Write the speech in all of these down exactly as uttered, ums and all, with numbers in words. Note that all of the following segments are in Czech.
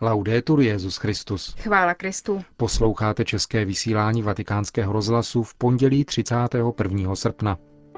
Laudetur Jesus Christus. Chvála Kristu. Posloucháte české vysílání Vatikánského rozhlasu v pondělí třicátého prvního srpna.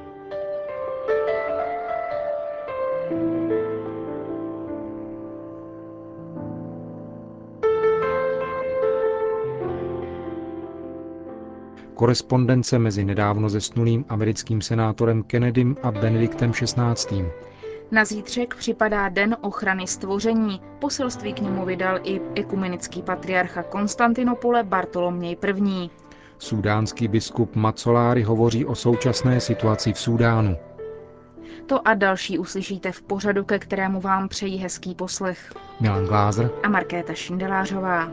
Korespondence mezi nedávno zesnulým americkým senátorem Kennedym a Benediktem šestnáctým. Na zítřek připadá Den ochrany stvoření. Poselství k němu vydal i ekumenický patriarcha Konstantinopole Bartoloměj I. Súdánský biskup Macolári hovoří o současné situaci v Súdánu. To a další uslyšíte v pořadu, ke kterému vám přejí hezký poslech Milan Glázer a Markéta Šindelářová.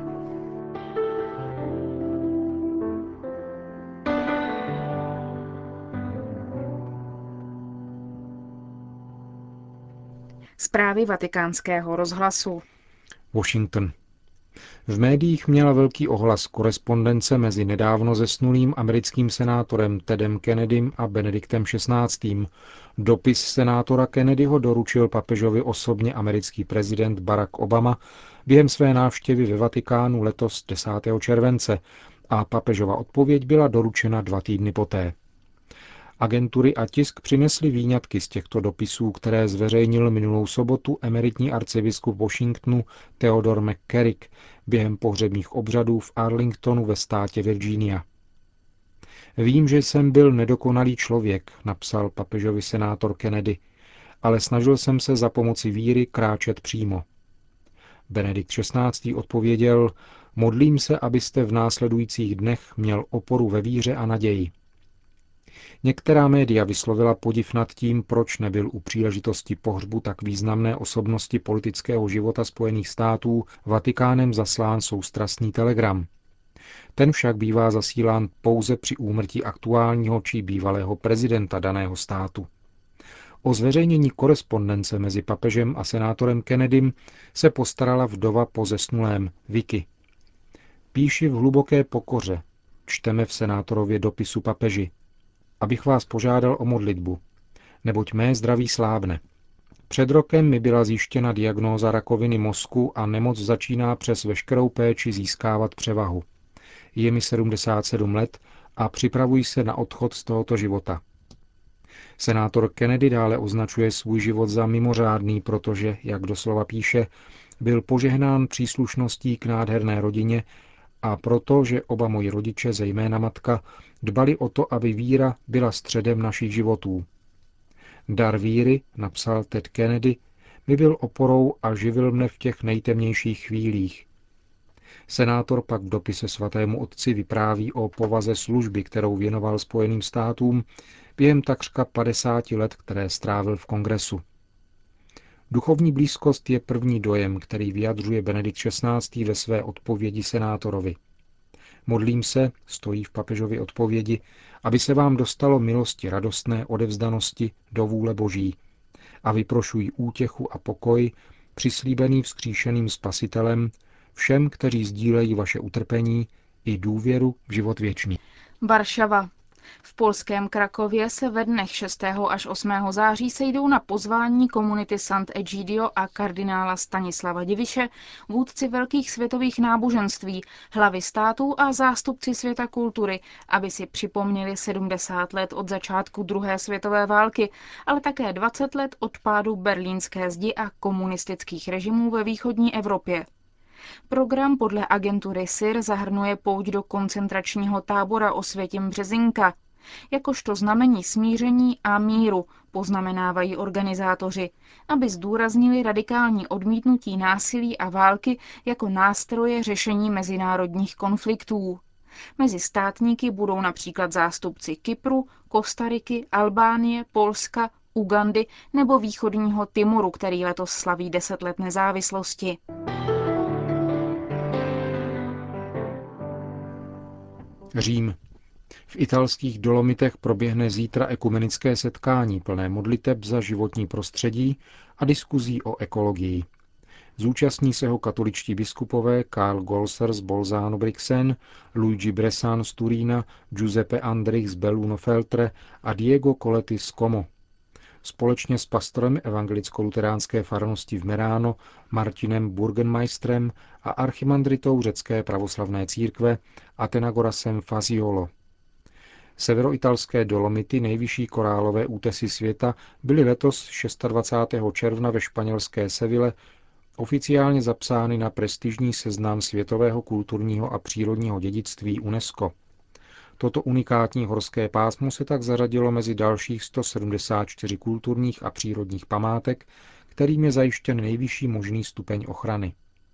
Zprávy Vatikánského rozhlasu. Washington. V médiích měla velký ohlas korespondence mezi nedávno zesnulým americkým senátorem Tedem Kennedym a Benediktem šestnáctým. Dopis senátora Kennedyho doručil papežovi osobně americký prezident Barack Obama během své návštěvy ve Vatikánu letos desátého července a papežova odpověď byla doručena dva týdny poté. Agentury a tisk přinesly výňatky z těchto dopisů, které zveřejnil minulou sobotu emeritní arcibiskup Washingtonu Theodore McCarrick během pohřebních obřadů v Arlingtonu ve státě Virginia. Vím, že jsem byl nedokonalý člověk, napsal papežovi senátor Kennedy, ale snažil jsem se za pomoci víry kráčet přímo. Benedikt šestnáctý odpověděl, modlím se, abyste v následujících dnech měl oporu ve víře a naději. Některá média vyslovila podiv nad tím, proč nebyl u příležitosti pohřbu tak významné osobnosti politického života Spojených států Vatikánem zaslán soustrastný telegram. Ten však bývá zasílán pouze při úmrtí aktuálního či bývalého prezidenta daného státu. O zveřejnění korespondence mezi papežem a senátorem Kennedym se postarala vdova po zesnulém Vicky. Píši v hluboké pokoře, čteme v senátorově dopisu papeži, abych vás požádal o modlitbu, neboť mé zdraví slábne. Před rokem mi byla zjištěna diagnóza rakoviny mozku a nemoc začíná přes veškerou péči získávat převahu. Je mi sedmdesát sedm let a připravuji se na odchod z tohoto života. Senátor Kennedy dále označuje svůj život za mimořádný, protože, jak doslova píše, byl požehnán příslušností k nádherné rodině a proto, že oba moji rodiče, zejména matka, dbali o to, aby víra byla středem našich životů. Dar víry, napsal Ted Kennedy, mi byl oporou a živil mne v těch nejtemnějších chvílích. Senátor pak v dopise svatému otci vypráví o povaze služby, kterou věnoval Spojeným státům během takřka padesáti let, které strávil v kongresu. Duchovní blízkost je první dojem, který vyjadřuje Benedikt šestnáctý ve své odpovědi senátorovi. Modlím se, stojí v papežově odpovědi, aby se vám dostalo milosti radostné odevzdanosti do vůle Boží a vyprošují útěchu a pokoj, přislíbený vzkříšeným Spasitelem, všem, kteří sdílejí vaše utrpení i důvěru v život věčný. Varšava. V polském Krakově se ve dnech šestého až osmého září sejdou na pozvání komunity Sant'Egidio a kardinála Stanislava Diviše vůdci velkých světových náboženství, hlavy států a zástupci světa kultury, aby si připomněli sedmdesát let od začátku druhé světové války, ale také dvacet let od pádu berlínské zdi a komunistických režimů ve východní Evropě. Program podle agentury S I R zahrnuje pouť do koncentračního tábora Osvětim Březinka. Jakožto znamení smíření a míru, poznamenávají organizátoři, aby zdůraznili radikální odmítnutí násilí a války jako nástroje řešení mezinárodních konfliktů. Mezi státníky budou například zástupci Kypru, Kostariky, Albánie, Polska, Ugandy nebo východního Timoru, který letos slaví deset let nezávislosti. Řím. V italských Dolomitech proběhne zítra ekumenické setkání plné modliteb za životní prostředí a diskuzí o ekologii. Zúčastní se ho katoličtí biskupové Karl Golser z Bolzano Brixen, Luigi Bressan z Turína, Giuseppe Andrich z Belluno Feltre a Diego Coletti z Como. společně s pastorem evangelicko-luteránské farnosti v Merano Martinem Burgenmeistrem a archimandritou řecké pravoslavné církve Athenagorasem Faziolo. Severoitalské Dolomity, nejvyšší korálové útesy světa, byly letos dvacátého šestého června ve španělské Seville oficiálně zapsány na prestižní seznam světového kulturního a přírodního dědictví UNESCO. Toto unikátní horské pásmo se tak zařadilo mezi dalších sto sedmdesát čtyři kulturních a přírodních památek, kterým je zajištěn nejvyšší možný stupeň ochrany.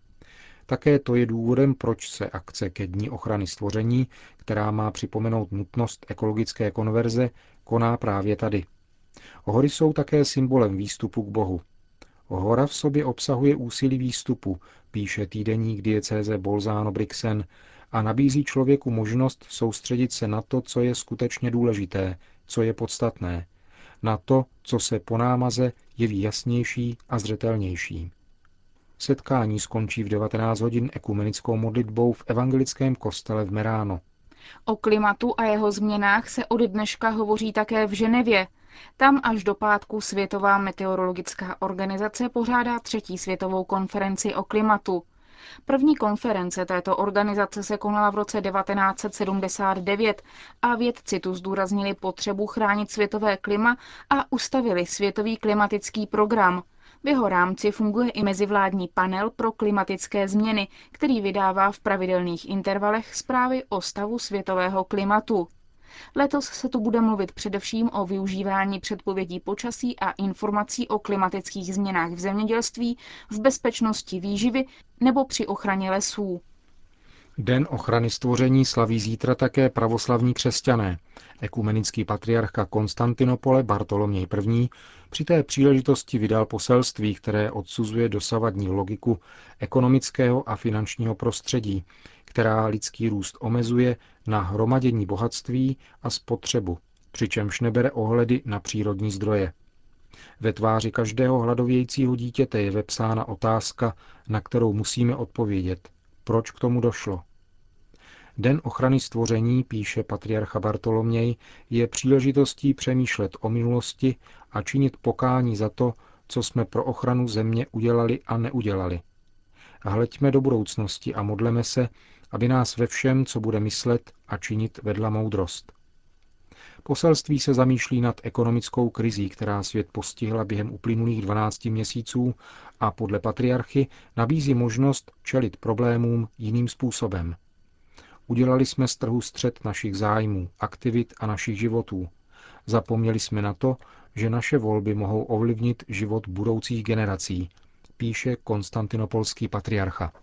Také to je důvodem, proč se akce ke Dni ochrany stvoření, která má připomenout nutnost ekologické konverze, koná právě tady. Hory jsou také symbolem výstupu k Bohu. Hora v sobě obsahuje úsilí výstupu, píše týdeník diecéze Bolzano-Brixen, a nabízí člověku možnost soustředit se na to, co je skutečně důležité, co je podstatné, na to, co se po námaze jeví jasnější a zřetelnější. Setkání skončí v devatenáct hodin ekumenickou modlitbou v evangelickém kostele v Merano. O klimatu a jeho změnách se od dneška hovoří také v Ženevě. Tam až do pátku Světová meteorologická organizace pořádá třetí světovou konferenci o klimatu. První konference této organizace se konala v roce devatenáct set sedmdesát devět a vědci tu zdůraznili potřebu chránit světové klima a ustavili Světový klimatický program. V jeho rámci funguje i mezivládní panel pro klimatické změny, který vydává v pravidelných intervalech zprávy o stavu světového klimatu. Letos se tu bude mluvit především o využívání předpovědí počasí a informací o klimatických změnách v zemědělství, v bezpečnosti výživy nebo při ochraně lesů. Den ochrany stvoření slaví zítra také pravoslavní křesťané. Ekumenický patriarcha Konstantinopole Bartoloměj I. při té příležitosti vydal poselství, které odsuzuje dosavadní logiku ekonomického a finančního prostředí, která lidský růst omezuje na hromadění bohatství a spotřebu, přičemž nebere ohledy na přírodní zdroje. Ve tváři každého hladovějícího dítěte je vepsána otázka, na kterou musíme odpovědět. Proč k tomu došlo? Den ochrany stvoření, píše patriarcha Bartoloměj, je příležitostí přemýšlet o minulosti a činit pokání za to, co jsme pro ochranu země udělali a neudělali. Hleďme do budoucnosti a modleme se, aby nás ve všem, co bude myslet a činit, vedla moudrost. Poselství se zamýšlí nad ekonomickou krizí, která svět postihla během uplynulých dvanácti měsíců a podle patriarchy nabízí možnost čelit problémům jiným způsobem. Udělali jsme z trhu střed našich zájmů, aktivit a našich životů. Zapomněli jsme na to, že naše volby mohou ovlivnit život budoucích generací, píše konstantinopolský patriarcha.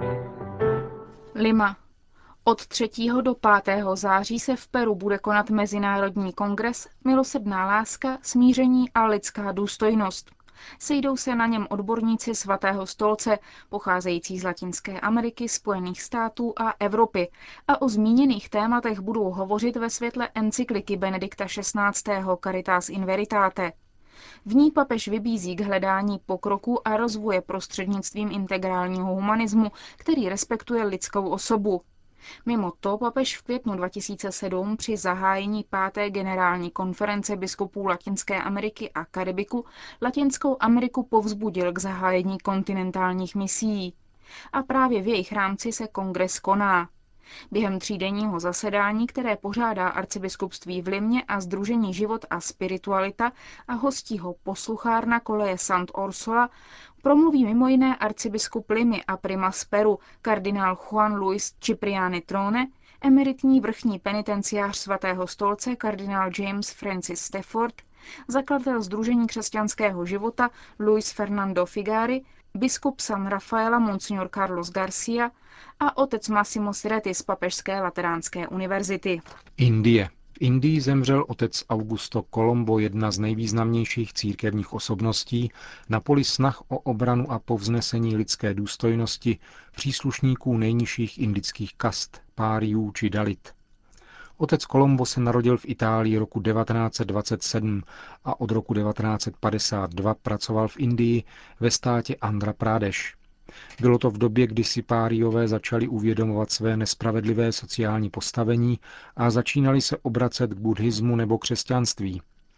Lima. Od třetího do pátého září se v Peru bude konat Mezinárodní kongres Milosrdná láska, smíření a lidská důstojnost. Sejdou se na něm odborníci Svatého stolce, pocházející z Latinské Ameriky, Spojených států a Evropy, a o zmíněných tématech budou hovořit ve světle encykliky Benedikta šestnáctého. Caritas in Veritate. V ní papež vybízí k hledání pokroku a rozvoje prostřednictvím integrálního humanismu, který respektuje lidskou osobu. Mimo to papež v květnu dva tisíce sedm při zahájení páté generální konference biskupů Latinské Ameriky a Karibiku Latinskou Ameriku povzbudil k zahájení kontinentálních misií. A právě v jejich rámci se kongres koná. Během třídenního zasedání, které pořádá arcibiskupství v Limě a Sdružení Život a spiritualita a hostí ho posluchárna koleje Sant Orsola, promluví mimo jiné arcibiskup Limy a primas Peru kardinál Juan Luis Cipriani Trone, emeritní vrchní penitenciář Svatého stolce kardinál James Francis Stafford, zakladatel Sdružení křesťanského života Luis Fernando Figari, biskup San Rafaela Monsignor Carlos Garcia a otec Massimo Siretti z Papežské lateránské univerzity. Indie. V Indii zemřel otec Augusto Colombo, jedna z nejvýznamnějších církevních osobností na poli snah o obranu a povznesení lidské důstojnosti příslušníků nejnižších indických kast, páriů či dalit. Otec Colombo se narodil v Itálii roku devatenáct set dvacet sedm a od roku devatenáct set padesát dva pracoval v Indii ve státě Andhra Pradesh. Bylo to v době, kdy si páriové začali uvědomovat své nespravedlivé sociální postavení a začínali se obracet k buddhismu nebo křesťanství.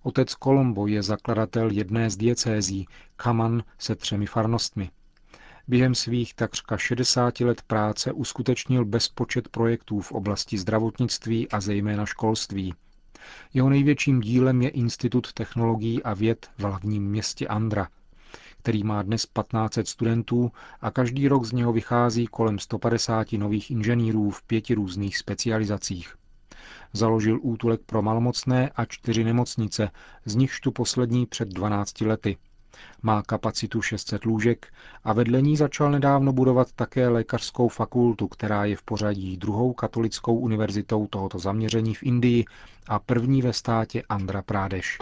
Otec Colombo je zakladatel jedné z diecézí, Kaman se třemi farnostmi. Během svých takřka šedesáti let práce uskutečnil bezpočet projektů v oblasti zdravotnictví a zejména školství. Jeho největším dílem je Institut technologií a věd v hlavním městě Andra, který má dnes patnáct set studentů a každý rok z něho vychází kolem sto padesát nových inženýrů v pěti různých specializacích. Založil útulek pro malomocné a čtyři nemocnice, z nichž tu poslední před dvanácti lety. Má kapacitu šest set lůžek a vedle ní začal nedávno budovat také lékařskou fakultu, která je v pořadí druhou katolickou univerzitou tohoto zaměření v Indii a první ve státě Andhra Pradesh.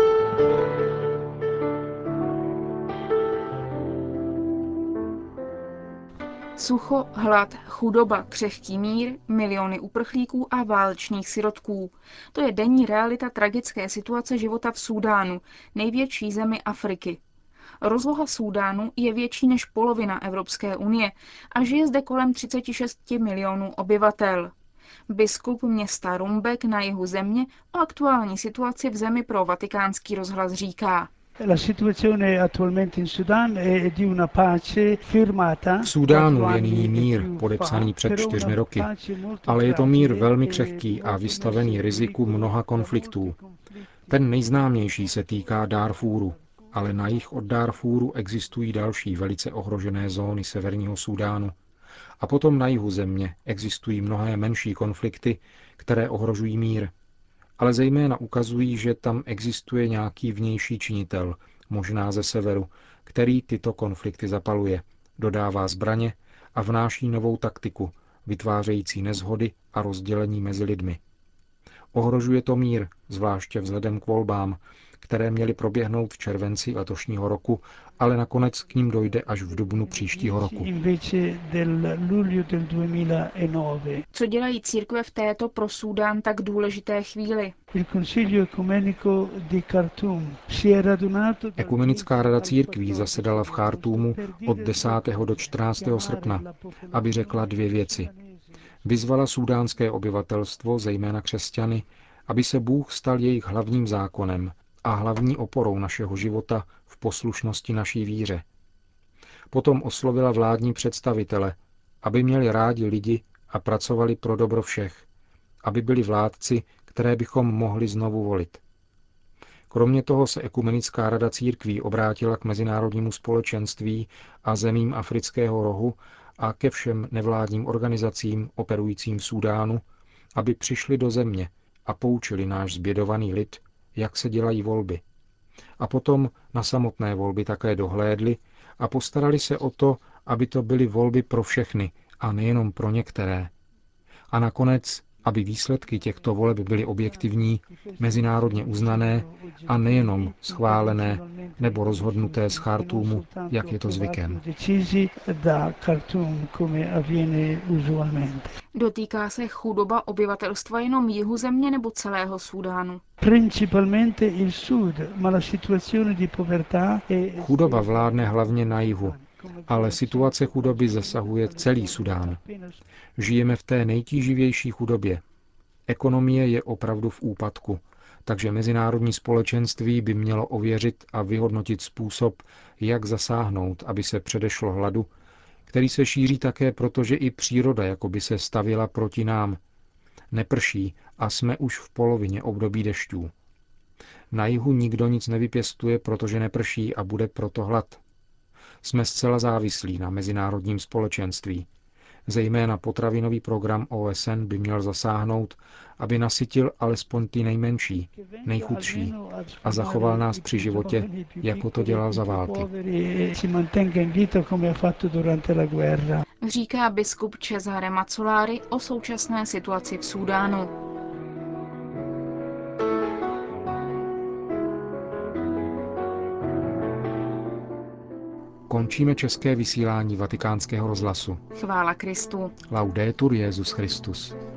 Sucho, hlad, chudoba, křehký mír, miliony uprchlíků a válečných sirotků. To je denní realita tragické situace života v Súdánu, největší zemi Afriky. Rozloha Súdánu je větší než polovina Evropské unie a žije zde kolem třicet šest milionů obyvatel. Biskup města Rumbek na jihu země o aktuální situaci v zemi pro Vatikánský rozhlas říká: V Súdánu je nyní mír, podepsaný před čtyřmi roky, ale je to mír velmi křehký a vystavený riziku mnoha konfliktů. Ten nejznámější se týká Darfúru, ale na jih od Darfúru existují další velice ohrožené zóny severního Súdánu. A potom na jihu země existují mnohé menší konflikty, které ohrožují mír. Ale zejména ukazují, že tam existuje nějaký vnější činitel, možná ze severu, který tyto konflikty zapaluje, dodává zbraně a vnáší novou taktiku, vytvářející neshody a rozdělení mezi lidmi. Ohrožuje to mír, zvláště vzhledem k volbám, které měly proběhnout v červenci letošního roku, ale nakonec k ním dojde až v dubnu příštího roku. Co dělají církve v této pro Súdán tak důležité chvíli? Ekumenická rada církví zasedala v Chartúmu od desátého do čtrnáctého srpna, aby řekla dvě věci. Vyzvala súdánské obyvatelstvo, zejména křesťany, aby se Bůh stal jejich hlavním zákonem a hlavní oporou našeho života v poslušnosti naší víře. Potom oslovila vládní představitele, aby měli rádi lidi a pracovali pro dobro všech, aby byli vládci, které bychom mohli znovu volit. Kromě toho se Ekumenická rada církví obrátila k mezinárodnímu společenství a zemím Afrického rohu a ke všem nevládním organizacím operujícím v Súdánu, aby přišli do země a poučili náš zbědovaný lid, jak se dělají volby. A potom na samotné volby také dohlédli a postarali se o to, aby to byly volby pro všechny a nejenom pro některé. A nakonec, aby výsledky těchto voleb byly objektivní, mezinárodně uznané a nejenom schválené nebo rozhodnuté z Chartúmu, jak je to zvykem. Dotýká se chudoba obyvatelstva jenom jihu země nebo celého Súdánu? Chudoba vládne hlavně na jihu, ale situace chudoby zasahuje celý Súdán. Žijeme v té nejtíživější chudobě. Ekonomie je opravdu v úpadku, takže mezinárodní společenství by mělo ověřit a vyhodnotit způsob, jak zasáhnout, aby se předešlo hladu, který se šíří také proto, že i příroda jakoby se stavěla proti nám. Neprší a jsme už v polovině období dešťů. Na jihu nikdo nic nevypěstuje, protože neprší a bude proto hlad. Jsme zcela závislí na mezinárodním společenství. Zejména potravinový program O S N by měl zasáhnout, aby nasytil alespoň ty nejmenší, nejchudší a zachoval nás při životě, jako to dělal za války. Říká biskup Cesare Mazzolári o současné situaci v Súdánu. Končíme české vysílání Vatikánského rozhlasu. Chvála Kristu. Laudetur Jesus Christus.